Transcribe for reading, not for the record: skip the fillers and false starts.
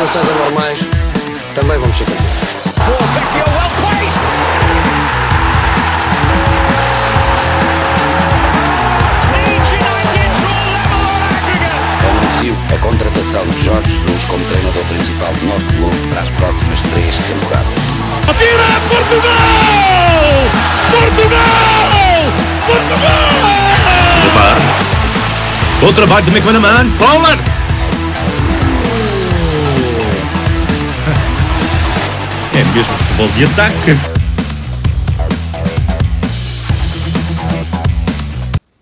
condições anormais, também vamos ser campeões. Anuncio a contratação de Jorge Jesus como treinador principal do nosso clube para as próximas 3 temporadas. Atira Portugal! Portugal! Portugal! De Barnes. Bom trabalho de McManaman. Fowler! É mesmo futebol de ataque.